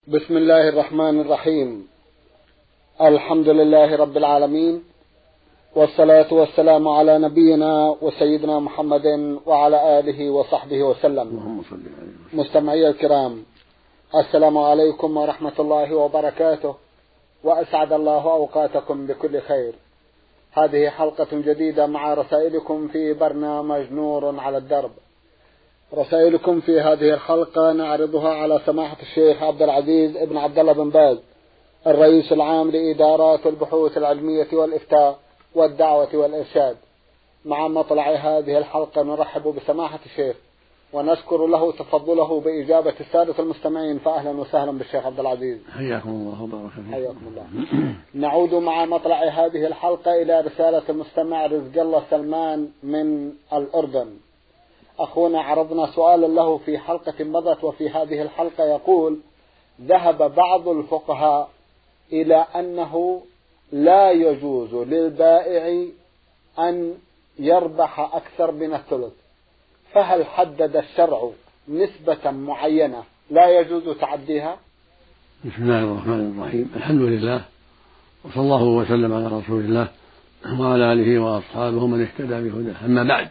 بسم الله الرحمن الرحيم. الحمد لله رب العالمين، والصلاة والسلام على نبينا وسيدنا محمد وعلى آله وصحبه وسلم. مستمعي الكرام، السلام عليكم ورحمة الله وبركاته، وأسعد الله أوقاتكم بكل خير. هذه حلقة جديدة مع رسائلكم في برنامج نور على الدرب. رسائلكم في هذه الحلقة نعرضها على سماحة الشيخ عبد العزيز ابن عبد الله بن باز، الرئيس العام لإدارات البحوث العلمية والإفتاء والدعوة والإرشاد. مع مطلع هذه الحلقة نرحب بسماحة الشيخ ونشكر له تفضله بإجابة السادة المستمعين، فأهلا وسهلا بالشيخ عبد العزيز. حياكم الله وبارك فيكم. حياكم الله. نعود مع مطلع هذه الحلقة إلى رسالة المستمع رزق الله سلمان من الأردن. أخونا عرضنا سؤالا له في حلقة مضت، وفي هذه الحلقة يقول: ذهب بعض الفقهاء إلى أنه لا يجوز للبائع أن يربح أكثر من الثلث، فهل حدد الشرع نسبة معينة لا يجوز تعديها؟ بسم الله الرحمن الرحيم. الحمد لله، وصلى الله وسلم على رسول الله وعلى آله وأصحابه من اهتدى بهداه. أما بعد،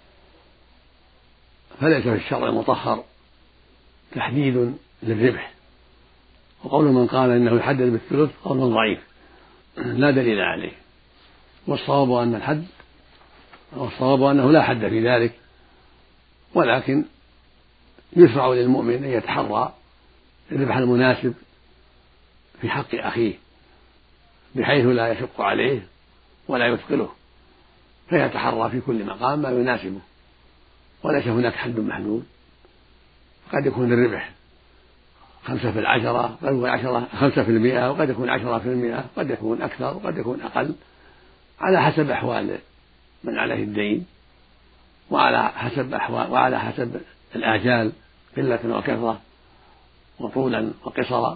فليس في الشرع المطهر تحديد للربح، وقول من قال إنه يحدد بالثلث قول ضعيف لا دليل عليه، والصواب أنه لا حد في ذلك، ولكن يشرع للمؤمن أن يتحرى الربح المناسب في حق أخيه بحيث لا يشق عليه ولا يثقله، فيتحرى في كل مقام ما يناسبه، وليس هناك حد محدود. قد يكون الربح 5%، قد يكون 5%، وقد يكون 10%، قد يكون أكثر وقد يكون أقل، على حسب أحوال من عليه الدين، وعلى حسب الآجال قلة وكثرة وطولا وقصرا،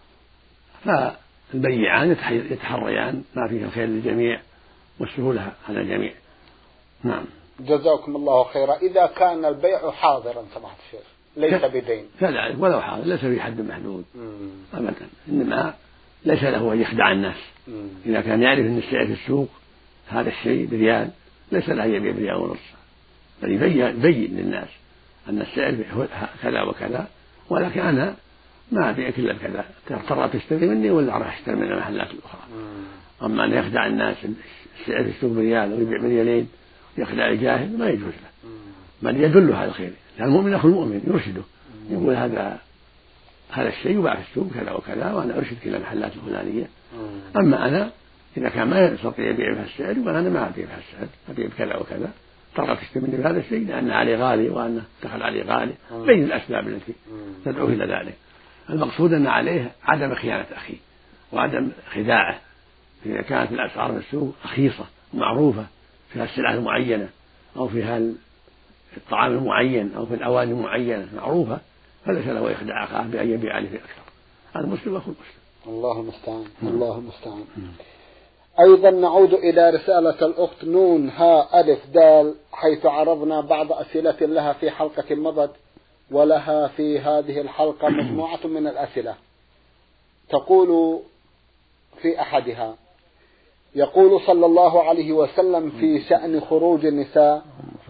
فالبيعان يتحريان ما فيه الخير للجميع والسهولة على الجميع. نعم. جزاكم الله خيرا. إذا كان البيع حاضرا سماحة الشيخ ليس بدين كذلك، ولو حاضر ليس في حد محدود أبدا، إنما ليس له أن يخدع الناس. إذا كان يعرف أن السعر في السوق هذا الشيء بريال ليس له يبيع بريال ونص، بل يبين للناس أن السعر كذا وكذا، ولكن أنا ما أبيع إلا بكذا، ترى تشتري مني ولا أروح أشتري من المحلات الأخرى. أما أن يخدع الناس السعر في السوق بريال ويبيع بريالين يخدع الجاهل ما يجوز له، بل يدله على الخير، لأن المؤمن أخو المؤمن يرشده، يقول هذا الشيء يباع في السوق كذا وكذا، وأنا أرشدك إلى المحلات الفلانية. أما أنا إذا كان ما يستطيع يبيع بها السعر يقول أنا ما أبيع بها السعر، أبيع بكذا وكذا، ترى تشتري مني بهذا الشيء لأن عليه غالي وأنه دخل عليه غالي، بين الأسباب التي تدعو إلى ذلك. المقصود أن عليه عدم خيانة أخيه وعدم خداعه، إذا كانت الأسعار في السوق رخيصة معروفة فيها السلعة المعينة أو فيها الطعام المعين أو في الأواني المعينة معروفة، فليس له يخدع أخاه بأن يبيع عليه أكثر. المسلم أخو المسلم. الله المستعان. الله المستعان. أيضا نعود إلى رسالة الأخت نون ها ألف دال، حيث عرضنا بعض أسئلة لها في حلقة مضت، ولها في هذه الحلقة مجموعة من الأسئلة. تقول في أحدها: يقول صلى الله عليه وسلم في شأن خروج النساء: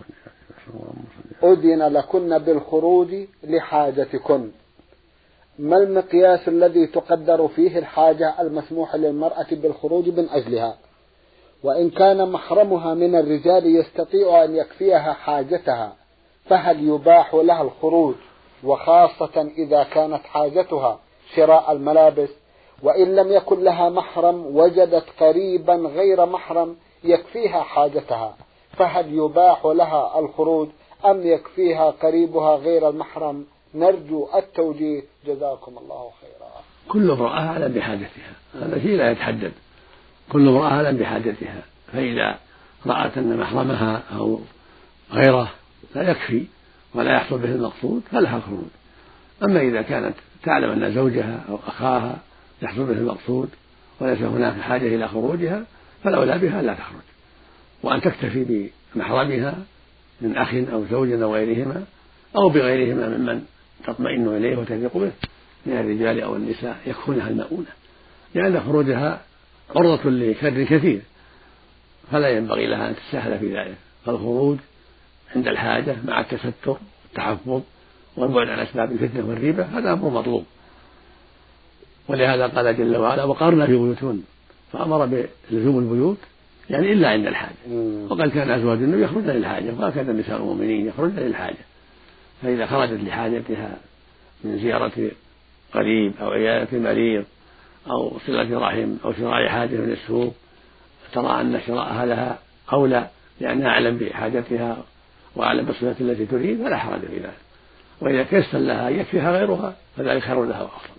أذن لكن بالخروج لحاجتكن، ما المقياس الذي تقدر فيه الحاجة المسموح للمرأة بالخروج من أجلها؟ وإن كان محرمها من الرجال يستطيع أن يكفيها حاجتها، فهل يباح لها الخروج، وخاصة إذا كانت حاجتها شراء الملابس؟ وإن لم يكن لها محرم وجدت قريبا غير محرم يكفيها حاجتها، فهل يباح لها الخروج أم يكفيها قريبها غير المحرم؟ نرجو التوجيه، جزاكم الله خيرا. كل امرأة أعلم بحاجتها، هذا شيء لا يتحدد، كل امرأة أعلم بحاجتها، فإذا رأت أن محرمها أو غيره لا يكفي ولا يحصل به المقصود فلها الخروج. أما إذا كانت تعلم أن زوجها أو أخاها يحصل به المقصود وليس هناك حاجة إلى خروجها فالأولى بها لا تخرج، وأن تكتفي بمحرمها من أخ أو زوج أو غيرهما أو بغيرهما ممن تطمئن إليه وتثق به من الرجال أو النساء يكفونها المؤونة، لأن خروجها عرضة لشر كثير، فلا ينبغي لها أن تتساهل في ذلك. فالخروج عند الحاجة مع التستر والتحفظ والبعد عن أسباب الفتنة والريبة هذا أمر مطلوب. ولهذا قال جل وعلا: وقرنا في بيوتهن، فأمر بلزوم البيوت يعني إلا عند الحاجة. وقد كان أزواج النبي يخرجن للحاجة، وكان النساء المؤمنين يخرجن للحاجة، فإذا خرجت لحاجتها من زيارة قريب أو عيادة مريض أو صلة رحم أو شراء حاجة من السوق ترى أن شراءها لها أولى لأنها أعلم بحاجتها وأعلم بالصفة التي تريد فلا حرج في ذلك. وإذا تيسر لها يكفيها غيرها فذلك خير لها وأفضل.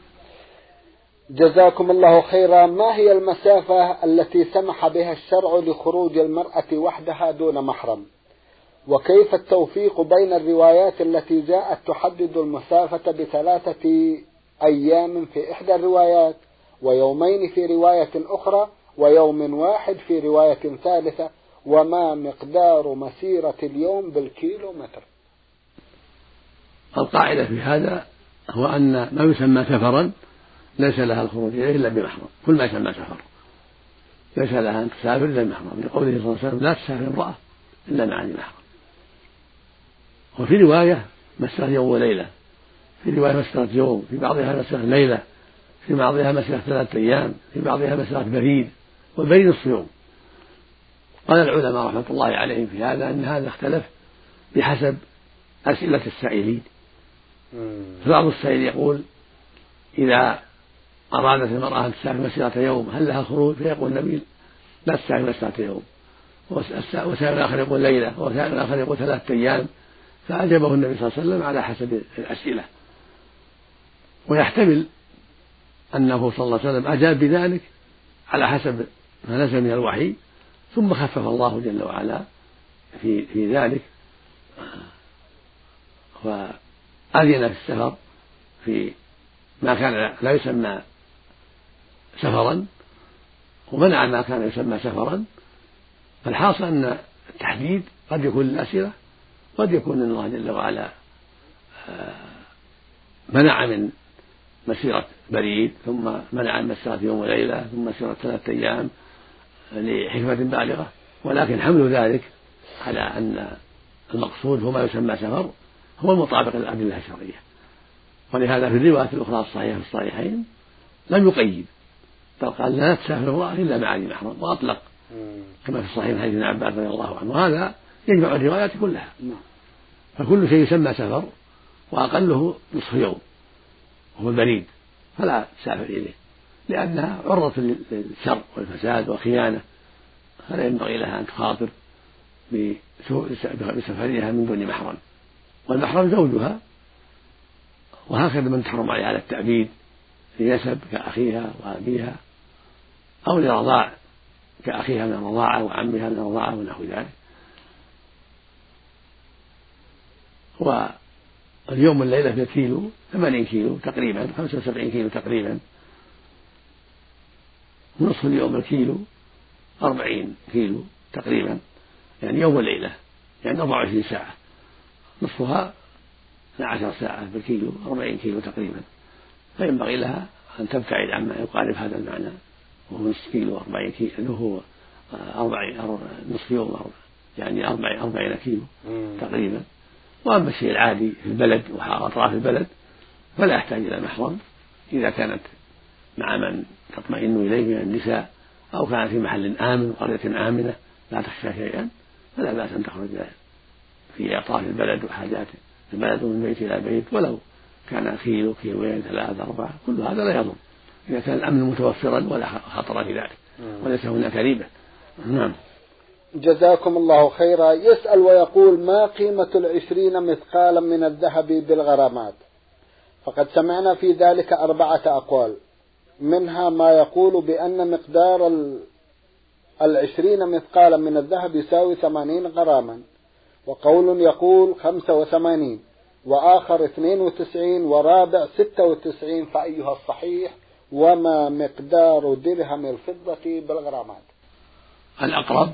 جزاكم الله خيرا. ما هي المسافة التي سمح بها الشرع لخروج المرأة وحدها دون محرم؟ وكيف التوفيق بين الروايات التي جاءت تحدد المسافة ب3 أيام في إحدى الروايات، ويومين في رواية أخرى، ويوم واحد في رواية ثالثة؟ وما مقدار مسيرة اليوم بالكيلومتر؟ القاعدة في هذا هو أن ما يسمى سفرا ليس لها الخروج إليه إلا بمحرم. كل ما يسمى سفر ليس لها أن تسافر إلا بمحرم، لقوله صلى الله عليه وسلم: لا تسافر امرأة إلا مع ذي محرم. وفي رواية مسيرة يوم وليلة، في رواية مسيرة يوم، في بعضها مسيرة ليلة، في بعضها مسيرة 3 أيام، في بعضها مسيرة بريد، والبريد نصف يوم. قال العلماء رحمة الله عليهم في هذا أن هذا اختلف بحسب أسئلة السائلين. فبعض السائل يقول: إذا أرادت المرأة أن تسافر مسيرة يوم هل لها خروج؟ فيقول النبي: لا تسافر مسيرة يوم. وسائل آخر يقول ليلة، وسائل آخر يقول 3 أيام. فأجابه النبي صلى الله عليه وسلم على حسب الأسئلة. ويحتمل أنه صلى الله عليه وسلم أجاب بذلك على حسب ما نزل من الوحي، ثم خفف الله جل وعلا في ذلك وأذن في السفر في ما كان لا يسمى سفرا، ومنع ما كان يسمى سفرا. فالحاصل أن التحديد قد يكون للأسئلة، قد يكون أن الله جل وعلا منع من مسيرة بريد، ثم منع من مسيرة يوم وليلة، ثم مسيرة 3 أيام لحكمة بالغة. ولكن حمل ذلك على أن المقصود هو ما يسمى سفر هو المطابق للأدلة الشرعية. ولهذا في الروايات الأخرى الصحيحة في الصحيحين لم يقيد، بل قال: لا تسافر امرأة إلا مع ذي محرم، وأطلق كما في الصحيح من حديث ابن عباس رضي الله عنه. وهذا يجمع الروايات كلها، فكل شيء يسمى سفر وأقله نصف يوم وهو البريد فلا تسافر إليه، لأنها عرضة للشر والفساد والخيانة، فلا ينبغي لها أن تخاطر بسفرها من دون محرم. والمحرم زوجها، وهكذا من تحرم عليها على التأبيد في نسب كأخيها وأبيها، أو لرضاع كأخيها من الرضاعة وعمها من الرضاعة ونحو ذلك. واليوم والليلة في كيلو 80 كيلو تقريبا، 75 كيلو تقريبا، ونصف اليوم الكيلو 40 كيلو تقريبا، يعني يوم وليلة يعني 24 ساعة، نصفها 12 ساعة بالكيلو 40 كيلو تقريبا. فينبغي لها أن تبتعد عما يقارب هذا المعنى، وهو نصف كيلو 40 كيلو، اللي هو 40 نصف يوم يعني 40 كيلو تقريبا. وأما الشيء العادي في البلد وأطراف البلد فلا يحتاج إلى محرم، إذا كانت مع من تطمئن إليه من النساء، أو كانت في محل آمن وقرية آمنة لا تخشى شيئا، فلا بأس أن تخرج في أطراف البلد وحاجات البلد من بيت إلى بيت، ولو كان كيلو كيلوين 3 4 كل هذا لا يضر إذا كان الأمن متوفرا ولا خطر في ذلك وليس هناك ريبة. نعم. جزاكم الله خيرا. يسأل ويقول: ما قيمة 20 مثقالا من الذهب بالغرامات؟ فقد سمعنا في ذلك 4 أقوال، منها ما يقول بأن مقدار 20 مثقالا من الذهب يساوي 80 غراما، وقول يقول 85، وآخر 92، ورابع 96، فأيها الصحيح؟ وما مقدار درهم الفضة بالغرامات؟ الأقرب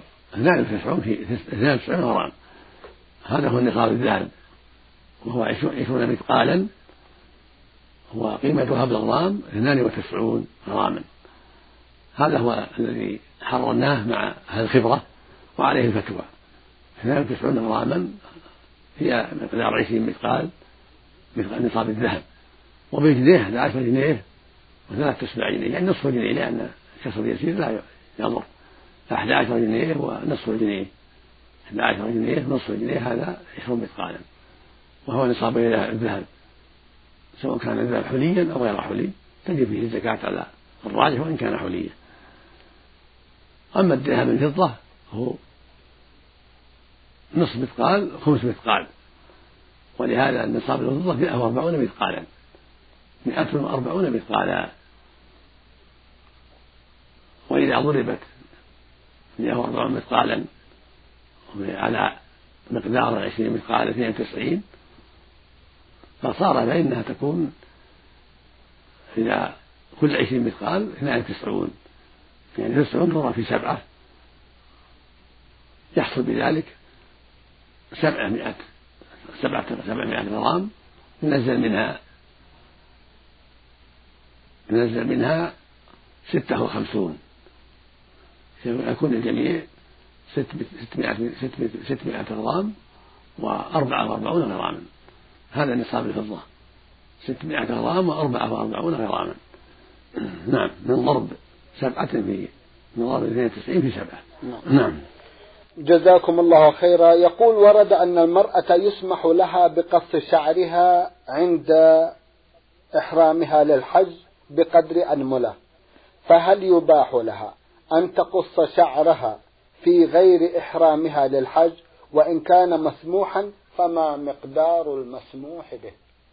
92 غرام، هذا هو نصاب الذهب، وهو 20 مثقالا، وقيمتها بالغرام 92 غراما. هذا هو الذي حررناه مع أهل الخبرة وعليه الفتوى. 92 غراما هي مقدار 20 مثقال نصاب الذهب، وبجنيه 11 جنيه وثلاثة أسباع جنيه، يعني نصف جنيه، لأن كسر يسير لا يضر. 11 جنيه ونصف جنيه، 11 جنيه ونصف جنيه، هذا 20 مثقالا، وهو نصاب الذهب، سواء كان الذهب حليا أو غير حلي تجب فيه الزكاة على الراجح وإن كان حليا. أما الدرهم الفضة هو نصف مثقال 5 مثقال، ولهذا النصاب الفضة 140 مثقالا، 140 مثقالا. وإذا ضربت 140 مثقالا على مقدار 20 مثقال 92 فصار فإنها تكون إلى كل 20 مثقال 92، يعني 90 تضرب في 7 يحصل بذلك 700 غرام، ينزل منها 56، يكون الجميع 600 غرام و44 غراما. هذا نصاب الفضة، 600 غرام و44 غراما. نعم، من ضرب 7 في من ضرب 92 في 7. نعم. جزاكم الله خيرا. يقول: ورد أن المرأة يسمح لها بقص شعرها عند إحرامها للحج بقدر أنملة، فهل يباح لها أن تقص شعرها في غير إحرامها للحج؟ وإن كان مسموحا فما مقدار المسموح به؟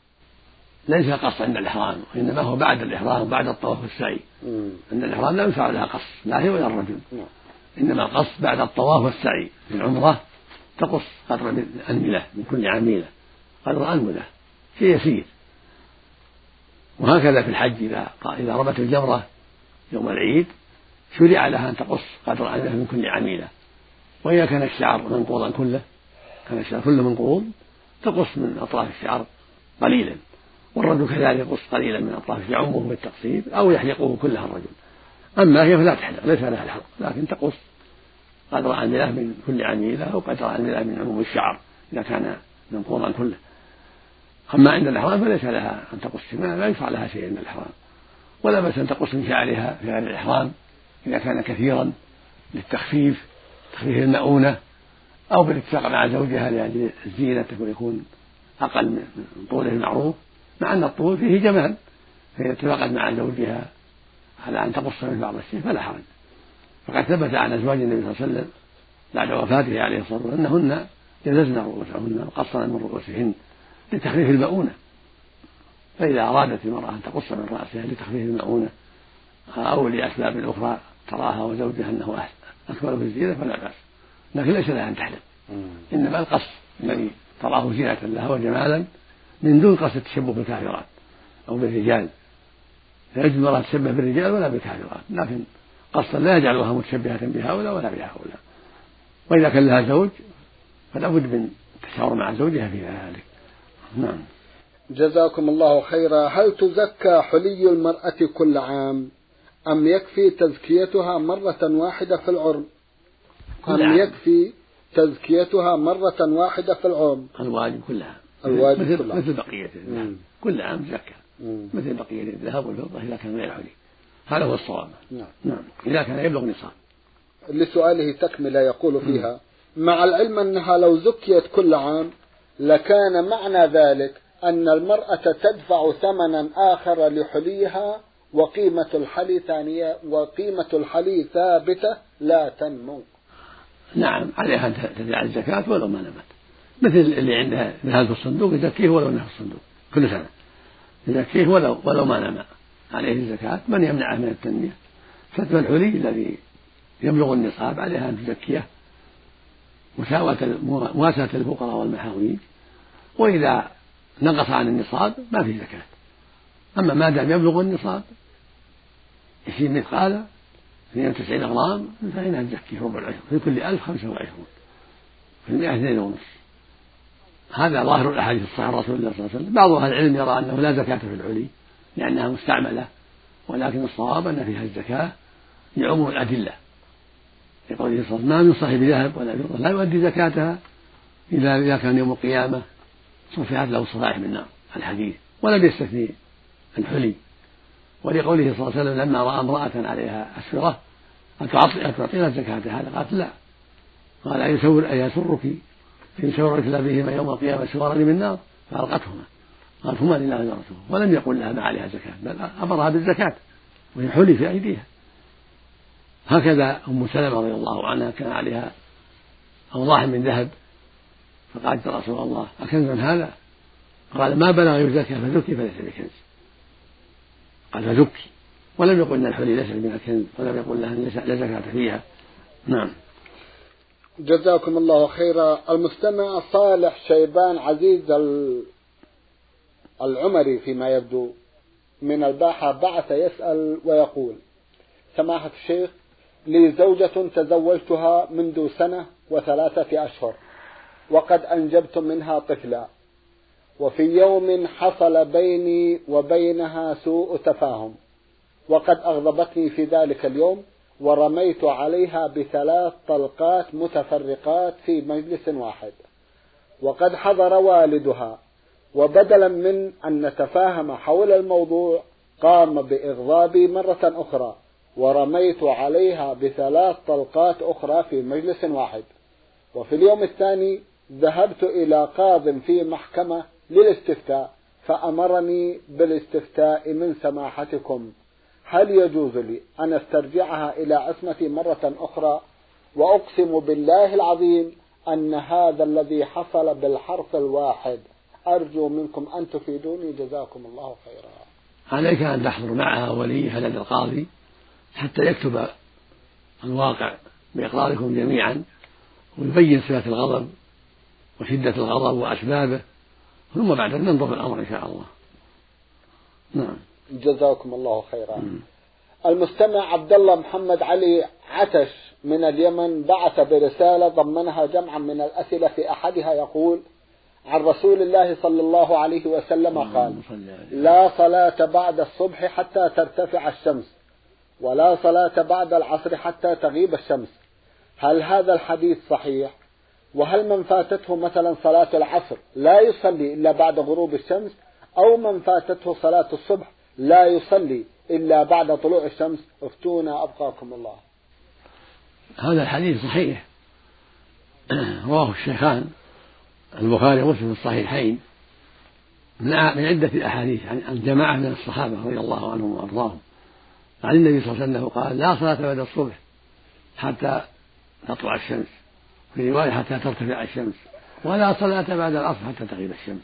ليس قص عند الإحرام، وإنما هو بعد الإحرام وبعد الطواف والسعي. عند الإحرام لا يشرع لها قص، لا هي ولا الرجل، إنما القص بعد الطواف والسعي. في العمرة تقص قدر أنملة من كل عميلة، قدر أنملة شيء يسير. وهكذا في الحج إذا رمت الجمرة يوم العيد شرع لها أن تقص قدر أنملة من كل عميلة. وإذا كان الشعر منقوضا كله، كان الشعر كله منقوض، تقص من أطراف الشعر قليلا، والرجل كذلك يقص قليلا من أطراف يعمه بالتقصير أو يحلقه كلها الرجل. أما هي فلا تحلق، ليس لها الحلق، لكن تقص قدر أنملة من كل عميلة أو قدر أنملة من عموم الشعر إذا كان منقوضا كله. أما عند الإحرام فليس لها أن تقص، لا يشرع لها شيء عند الإحرام، ولا بأس أن تقص من شعرها في غير الإحرام إذا كان كثيرا للتخفيف، تخفيف المؤونة، أو بالاتفاق مع زوجها لأجل الزينة ويكون أقل من طوله المعروف، مع أن الطول فيه جمال، فإذا اتفقت مع زوجها على أن تقص من بعض الشيء فلا حرج. فقد ثبت عن أزواج النبي صلى الله عليه وسلم بعد وفاته عليه الصلاة والسلام أنهن جززن رؤوسهن وقصن من رؤوسهن لتخفيف المؤونة. فإذا أرادت المرأة أن تقص من رأسها لتخفيف المؤونة أو لأسباب أخرى تراها وزوجها أنه أكمل في الزينة فلا بأس، لكن ليس لها أن تحلق. إنما القص الذي تراه زينة لها وجمالا من دون قصد التشبه بالكافرات أو بالرجال، لا يجوز المرأة تشبه بالرجال ولا بالكافرات، لكن قصا لا يجعلها متشبهة بهؤلاء ولا بهؤلاء. وإذا كان لها زوج فلا بد من التشاور مع زوجها في ذلك. نعم. جزاكم الله خيرا. هل تزكى حلي المرأة كل عام أم يكفي تزكيتها مرة واحدة في العمر؟ يكفي تزكيتها مرة واحدة في العمر؟ الواجب كلها، مثل بقية الذهب، كل عام زكى مثل بقية الذهب والفضة إذا كان غير حلي. هذا هو الصواب. نعم. إذا كان يبلغ نصاب. لسؤاله تكملة يقول فيها: مع العلم أنها لو زكيت كل عام لكان معنى ذلك أن المرأة تدفع ثمنا آخر لحليها وقيمة الحلي ثانية، وقيمة الحلي ثابتة لا تنمو. نعم، عليها أن تدفع الزكاة ولو ما نمت، مثل اللي عنده ذهب في الصندوق يزكيه ولو نمى في الصندوق كل سنة، يزكيه ولو ما نمى، عليه الزكاة. من يمنعه من التنمية؟ فتوى الحلي الذي يبلغ النصاب عليها أن تزكيه مواساة الفقراء والمحاويج، وإذا نقص عن النصاب ما في زكاة. أما ما دام يبلغ النصاب 20 مثقال 92 غرام فإنها تزكيه ربع العشر، في كل 1000 25، في 100 2.5. هذا ظاهر الأحاديث الصحيحة عن رسول الله صلى الله عليه وسلم. بعض أهل العلم يرى أنه لا زكاة في الحلي لأنها مستعملة، ولكن الصواب أن فيها الزكاة لعموم الأدلة، لقوله صلى الله عليه وسلم: ما من صاحب ذهب ولا فضة لا يؤدي زكاتها إذا كان يوم القيامة صفحت له صفائح من نار، الحديث، ولم يستثني الحلي. ولقوله صلى الله عليه وسلم لما رأى امرأة عليها أسفرة: أتعطينا زكاتها؟ هذا قالت: لا. قال: أيسرك في سورك بهما يوم القيامة سوارا من نار؟ فألقتهما، قالت: هما لله ورسوله، ولم يقل لها ما عليها زكاة، بل أمرها بالزكاة وهي حلي في أيديها. هكذا أم سلمة رضي الله عنها كان عليها أوضاح من ذهب، فقالت: يا رسول الله أكنز هذا؟ قال: ما بلغ يزكى فزكي فليس بكنز. قال: فزكي، ولم يقل أن الحلي ليس من الكنز، ولم يقل لها لا زكاة فيها. نعم. جزاكم الله خيرا. المستمع صالح شيبان عزيز العمري فيما يبدو من الباحة بعث يسأل ويقول: سماحة الشيخ، لي زوجة تزوجتها منذ 1 و3 أشهر، وقد أنجبت منها طفلا، وفي يوم حصل بيني وبينها سوء تفاهم، وقد أغضبتني في ذلك اليوم، ورميت عليها ب3 طلقات متفرقات في مجلس واحد، وقد حضر والدها، وبدلا من أن نتفاهم حول الموضوع قام بإغضابي مرة أخرى، ورميت عليها ب3 طلقات أخرى في مجلس واحد. وفي اليوم الثاني ذهبت إلى قاض في محكمة للاستفتاء، فأمرني بالاستفتاء من سماحتكم، هل يجوز لي أن استرجعها إلى عصمتي مرة أخرى؟ وأقسم بالله العظيم أن هذا الذي حصل بالحرف الواحد، أرجو منكم أن تفيدوني، جزاكم الله خيرا. عليك أن تحضر معها وليها لدى القاضي حتى يكتب الواقع بإقراركم جميعا، ويبين صفة الغضب وشدة الغضب وأسبابه، ثم بعد ننظر الأمر إن شاء الله. نعم. جزاكم الله خيرا. المستمع عبد الله محمد علي عتش من اليمن بعث برسالة ضمنها جمعا من الأسئلة، في أحدها يقول: عن رسول الله صلى الله عليه وسلم قال: لا صلاة بعد الصبح حتى ترتفع الشمس، ولا صلاة بعد العصر حتى تغيب الشمس. هل هذا الحديث صحيح؟ وهل من فاتته مثلا صلاة العصر لا يصلي إلا بعد غروب الشمس، أو من فاتته صلاة الصبح لا يصلي إلا بعد طلوع الشمس؟ افتونا أبقاكم الله. هذا الحديث صحيح، رواه الشيخان البخاري ومسلم في الصحيحين من عدة أحاديث عن جماعة من الصحابة رضي الله عنهم وأرضاهم عن النبي صلى الله عليه وسلم قال: لا صلاة بعد الصبح حتى تطلع الشمس، في رواية حتى ترتفع الشمس، ولا صلاة بعد العصر حتى تغيب الشمس.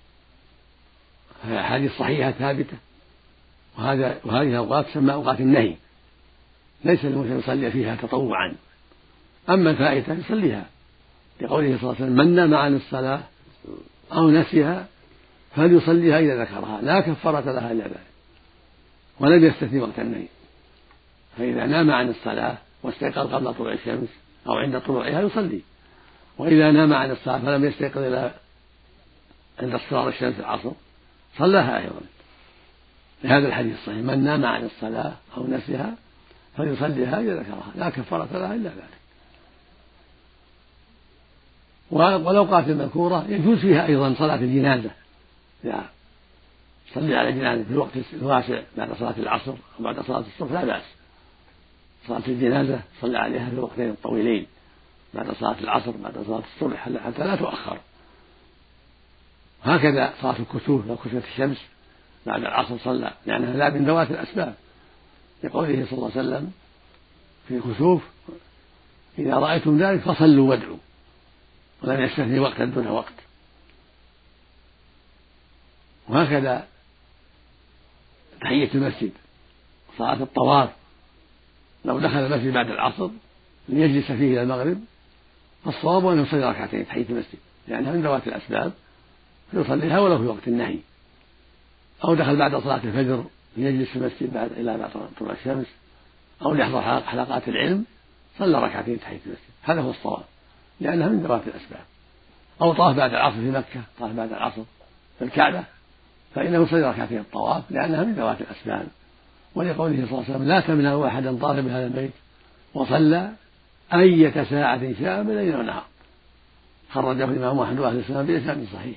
هذه أحاديث صحيحة ثابتة، وهذه أوقات تسمى أوقات النهي، ليس للمسلم يصلي فيها تطوعا، أما الفائتة يصليها، لقوله صلى الله عليه وسلم: من نام عن الصلاة أو نسيها فليصليها إذا ذكرها لا كفارة لها إلا ذلك، ولم يستثني وقت النهي. فإذا نام عن الصلاة واستيقظ قبل طلوع الشمس أو عند طلوعها يصلي، وإذا نام عن الصلاة فلم يستيقظ إلا عند اصفرار الشمس العصر صلاها أيضا، لهذا الحديث الصحيح: من نام عن الصلاة أو نسيها فليصليها إذا ذكرها لا كفارة لها إلا ذلك. والأوقات المذكورة يجوز فيها أيضا صلاة الجنازة، إذا صلي على جنازة في الوقت الواسع بعد صلاة العصر أو بعد صلاة الصبح لا بأس. صلاة الجنازة صلى عليها في الوقتين الطويلين بعد صلاة العصر بعد صلاة الصبح حتى لا تؤخر. هكذا صلاة الكسوف، لو كسفت الشمس بعد العصر صلى، لأنها لا من ذوات الأسباب، لقوله صلى الله عليه وسلم في الكسوف: إذا رأيتم ذلك فصلوا وادعوا، ولم يستثني وقتا دون وقت. وهكذا تحية المسجد، صلاة الطواف، لو دخل المسجد بعد العصر ليجلس فيه إلى المغرب فالصواب أن يصلي ركعتين تحية المسجد، لأنها من ذوات الأسباب فيصليها ولو في وقت النهي. أو دخل بعد صلاة الفجر ليجلس في المسجد إلى طلوع الشمس، أو ليحضر حلقات العلم صلى ركعتين تحية المسجد، هذا هو الصواب لأنها من ذوات الأسباب. أو طاف بعد العصر في مكة، طاف بعد العصر في الكعبة فإنه صلى ركعتي الطواف لأنها من ذوات الأسباب، ولقوله صلى الله عليه وسلم لا تمنعوا أحدا طاف بهذا البيت وصلى أية ساعة شاء من الليل والنهار. خرجه الإمام أحمد وأهل السنة بإسناد صحيح.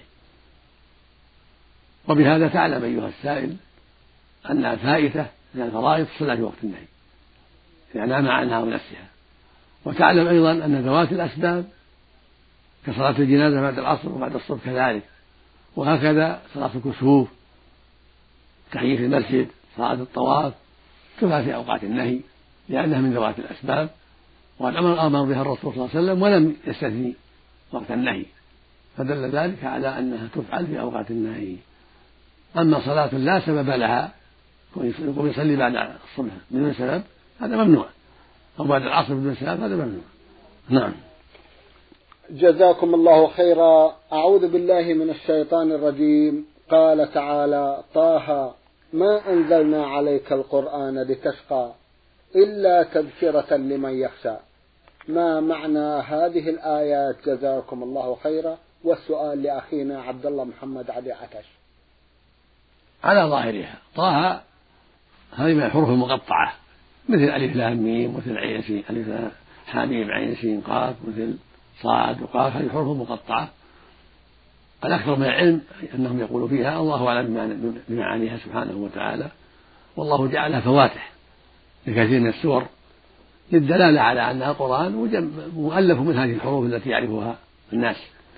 وبهذا تعلم أيها السائل أن الفائتة من الفرائض تصلى في وقت النهي إذا نام عنها ونفسها، وتعلم أيضا أن ذوات الأسباب كصلاة الجنازة بعد العصر وبعد الصبح كذلك، وهكذا صلاة الكسوف، تحية المسجد، صلاة الطواف كلها في أوقات النهي لأنها من ذوات الأسباب، والأمر أمر بها الرسول صلى الله عليه وسلم ولم يستثني وقت النهي، فدل ذلك على أنها تفعل في أوقات النهي. أما صلاة لا سبب لها يقوم يصلي بعد الصبح بدون سبب هذا ممنوع، أو بعد العصر بدون سبب هذا ممنوع. نعم. جزاكم الله خيرا. أعوذ بالله من الشيطان الرجيم. قال تعالى: طه ما أنزلنا عليك القرآن لتشقى إلا تذكرة لمن يخشى. ما معنى هذه الآيات جزاكم الله خيرا؟ والسؤال لأخينا عبد الله محمد علي عكش. على ظاهرها طه هذه من الحروف المقطعة مثل ألف لام ميم، مثل عين سين ألف حاميم عين سين قاف، مثل صاد وقاف، هذه حروف مقطعة. الأكثر من العلم أنهم يقولوا فيها الله أعلم بمعانيها سبحانه وتعالى، والله جعلها فواتح لكثير من السور للدلالة على أنها القرآن مؤلف من هذه الحروف التي يعرفها الناس.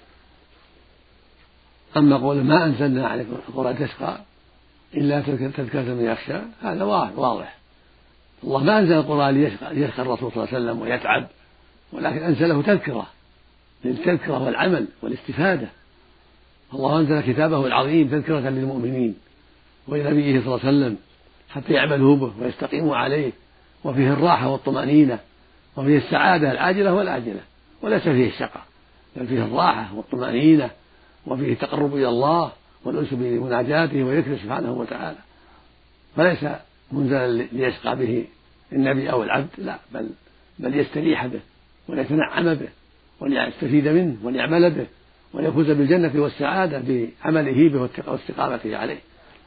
أما قول ما أنزلنا عليك القرآن تشقى إلا تذكرة من يخشى هذا واضح. الله ما أنزل القرآن ليشقى الرسول صلى الله عليه وسلم ويتعب، ولكن أنزله تذكرة للتذكرة والعمل والاستفادة. الله أنزل كتابه العظيم تذكرة للمؤمنين ولنبيه صلى الله عليه وسلم حتى يعملوا به ويستقيموا عليه، وفيه الراحة والطمأنينة، وفيه السعادة العاجلة والآجلة، وليس فيه الشقاء، بل فيه الراحة والطمأنينة، وفيه التقرب إلى الله والأنس بمناجاته وذكره سبحانه وتعالى، فليس منزلا ليشقى به النبي أو العبد، لا، بل يستريح به وليتنعم به وليستفيد منه وليعمل به وليفوز بالجنة والسعادة بعمله به واستقامته عليه.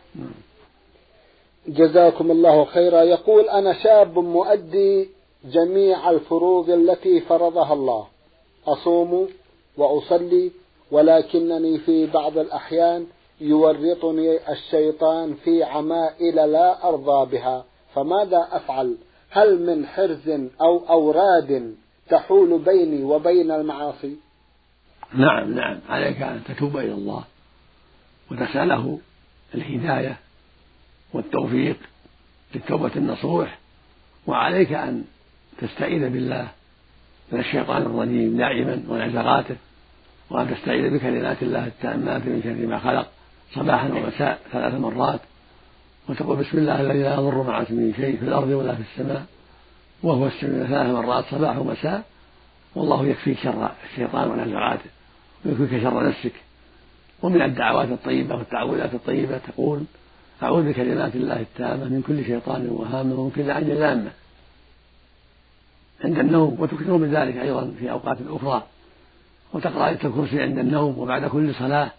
جزاكم الله خيرا. يقول: أنا شاب مؤدي جميع الفروض التي فرضها الله، أصوم وأصلي، ولكنني في بعض الأحيان يورطني الشيطان في عمائل لا أرضى بها، فماذا أفعل؟ هل من حرز أو أوراد تحول بيني وبين المعاصي؟ نعم، عليك أن تتوب إلى الله وتسأله الهداية والتوفيق للتوبة النصوح، وعليك أن تستعيذ بالله من الشيطان الرجيم دائما ونزغاته، وأن تستعيذ بكلمات الله التامات من شر ما خلق صباحا ومساء 3 مرات، وتقول بسم الله الذي لا يضر مع اسمه شيء في الأرض ولا في السماء وهو السميع 3 مرات صباح ومساء، والله يكفيك شر الشيطان ونزغاته ويكفيك شر نفسك. ومن الدعوات الطيبة والتعوذات الطيبة تقول أعوذ بكلمات الله التامة من كل شيطان وهامة ومن كل عين لامة عند النوم، وتكثر من ذلك أيضا في أوقات أخرى، وتقرأ آية الكرسي عند النوم وبعد كل صلاة،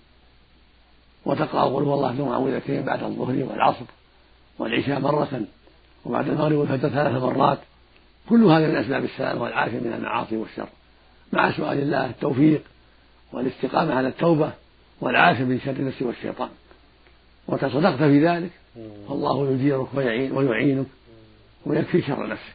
وتقرأ قل هو الله ثم معوذتين بعد الظهر والعصر والعشاء مرة، وبعد المغرب والفجر 3 مرات. كل هذا من أسباب السلام والعافية من المعاصي والشر، مع سؤال الله التوفيق والاستقامة على التوبة والعافية من شر النفس والشيطان. وتصدقت في ذلك فالله يجيرك ويعينك ويكفي شر نفسك.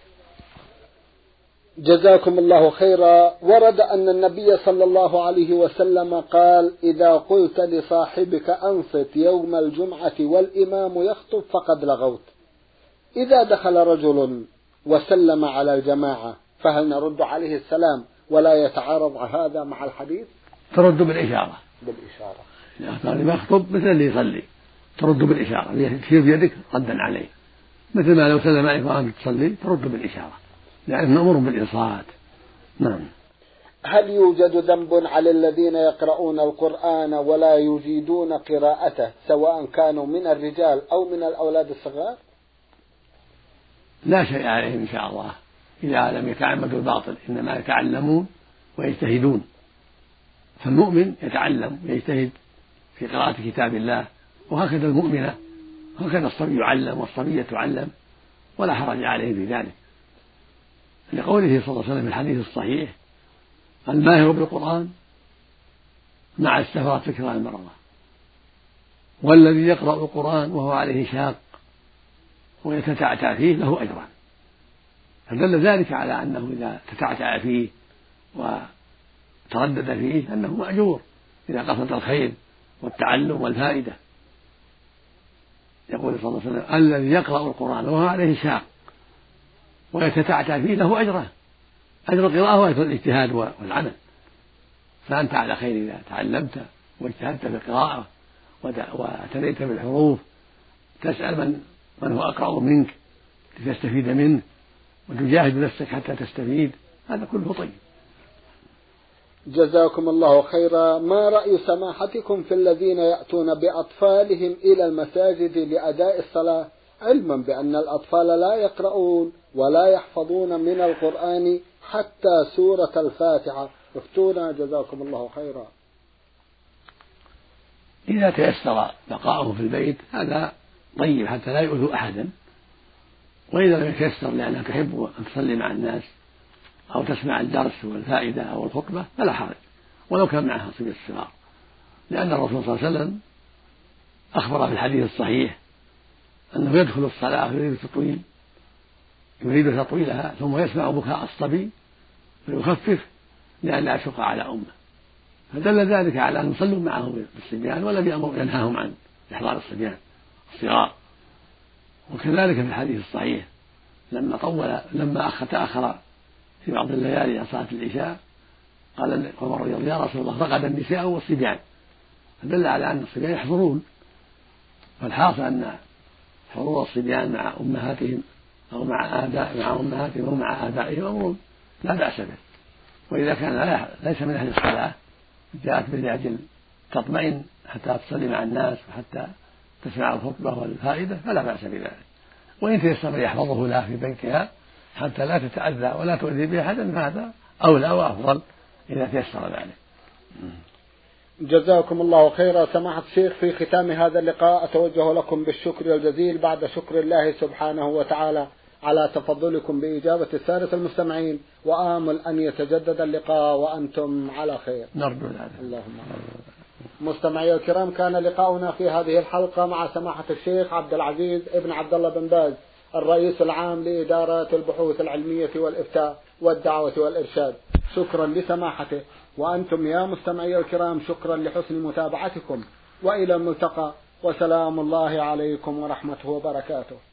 جزاكم الله خيرا. ورد أن النبي صلى الله عليه وسلم قال: إذا قلت لصاحبك أنصت يوم الجمعة والإمام يخطب فقد لغوت. إذا دخل رجل وسلم على الجماعة فهل نرد عليه السلام ولا يتعارض هذا مع الحديث؟ ترد بالإشارة. بالإشارة. يعني ما يخطب مثل اللي يصلي، ترد بالإشارة، تشير بيدك ردا عليه، مثل ما لو سلم عليك وأنت تصلي ترد بالإشارة، يعني مأمور بالإنصات. نعم. هل يوجد ذنب على الذين يقرؤون القرآن ولا يجيدون قراءته سواء كانوا من الرجال أو من الأولاد الصغار؟ لا شيء عليهم إن شاء الله إذا لم يتعمدوا الباطل، إنما يتعلمون ويجتهدون. فالمؤمن يتعلم ويجتهد في قراءة كتاب الله وهكذا المؤمنة، وهكذا الصبي يعلم والصبية تعلم ولا حرج عليه في ذلك، لقوله صلى الله عليه وسلم في الحديث الصحيح: الماهر بالقرآن مع السفرة فكرة المرضى، والذي يقرأ القرآن وهو عليه شاق ويتتعتع فيه له أجران. فدل ذلك على أنه إذا تتعتع فيه وتردد فيه أنه مأجور إذا قصد الخير والتعلم والفائدة. يقول صلى الله عليه وسلم: الذي يقرأ القرآن وهو عليه شاق ويتتعتع فيه له أجران، أجر القراءة وأجر الاجتهاد والعمل. فأنت على خير إذا تعلمت واجتهدت في القراءة واعتنيت بالحروف، تسأل من هو أقرأ منك لتستفيد منه وتجاهد نفسك حتى تستفيد، هذا كله طيب. جزاكم الله خيرا. ما رأي سماحتكم في الذين يأتون بأطفالهم إلى المساجد لأداء الصلاة، علما بأن الأطفال لا يقرؤون ولا يحفظون من القرآن حتى سورة الفاتحة؟ افتونا جزاكم الله خيرا. إذا تيسر بقاؤه في البيت هذا طيب حتى لا يؤذوا أحدا، وإذا لم يتيسر لأنها تحب أن تصلي مع الناس أو تسمع الدرس والفائدة أو الخطبة فلا حرج، ولو كان معها صبي الصغار، لأن الرسول صلى الله عليه وسلم أخبر في الحديث الصحيح أنه يدخل الصلاة يريد تطويلها ثم يسمع بكاء الصبي فيخفف لئلا يشق على أمه، فدل ذلك على أن يصلوا معه بالصبيان ولم ينهاهم عن إحضار الصبيان الصغار. وكذلك في الحديث الصحيح لما تأخر في بعض الليالي عن صلاة العشاء قال عمر رضي الله: يا رسول الله، فقد النساء والصبيان، فدل على أن الصبيان يحضرون. فالحاصل أن حضور الصبيان مع أمهاتهم أو مع أمهاتهم أو مع آبائهم أمر لا بأس به، وإذا كان ليس من أهل الصلاة جاءت به لأجل تطمئن حتى تصلي مع الناس وحتى تسمع الخطبة والفائدة فلا بأس بذلك، وإن تيسر يحفظه لها في بيتها حتى لا تتأذى ولا تؤذي به أحدا فهذا أولى وأفضل إذا تيسر ذلك. جزاكم الله خيرا. سماحة الشيخ، في ختام هذا اللقاء أتوجه لكم بالشكر الجزيل بعد شكر الله سبحانه وتعالى على تفضلكم بإجابة السادة المستمعين، وآمل أن يتجدد اللقاء وأنتم على خير. نرجو ذلك. اللهم. مستمعي الكرام، كان لقاؤنا في هذه الحلقة مع سماحة الشيخ عبد العزيز ابن عبد الله بن باز، الرئيس العام لإدارة البحوث العلمية والإفتاء والدعوة والإرشاد. شكرا لسماحته، وأنتم يا مستمعي الكرام شكرا لحسن متابعتكم، وإلى الملتقى، وسلام الله عليكم ورحمته وبركاته.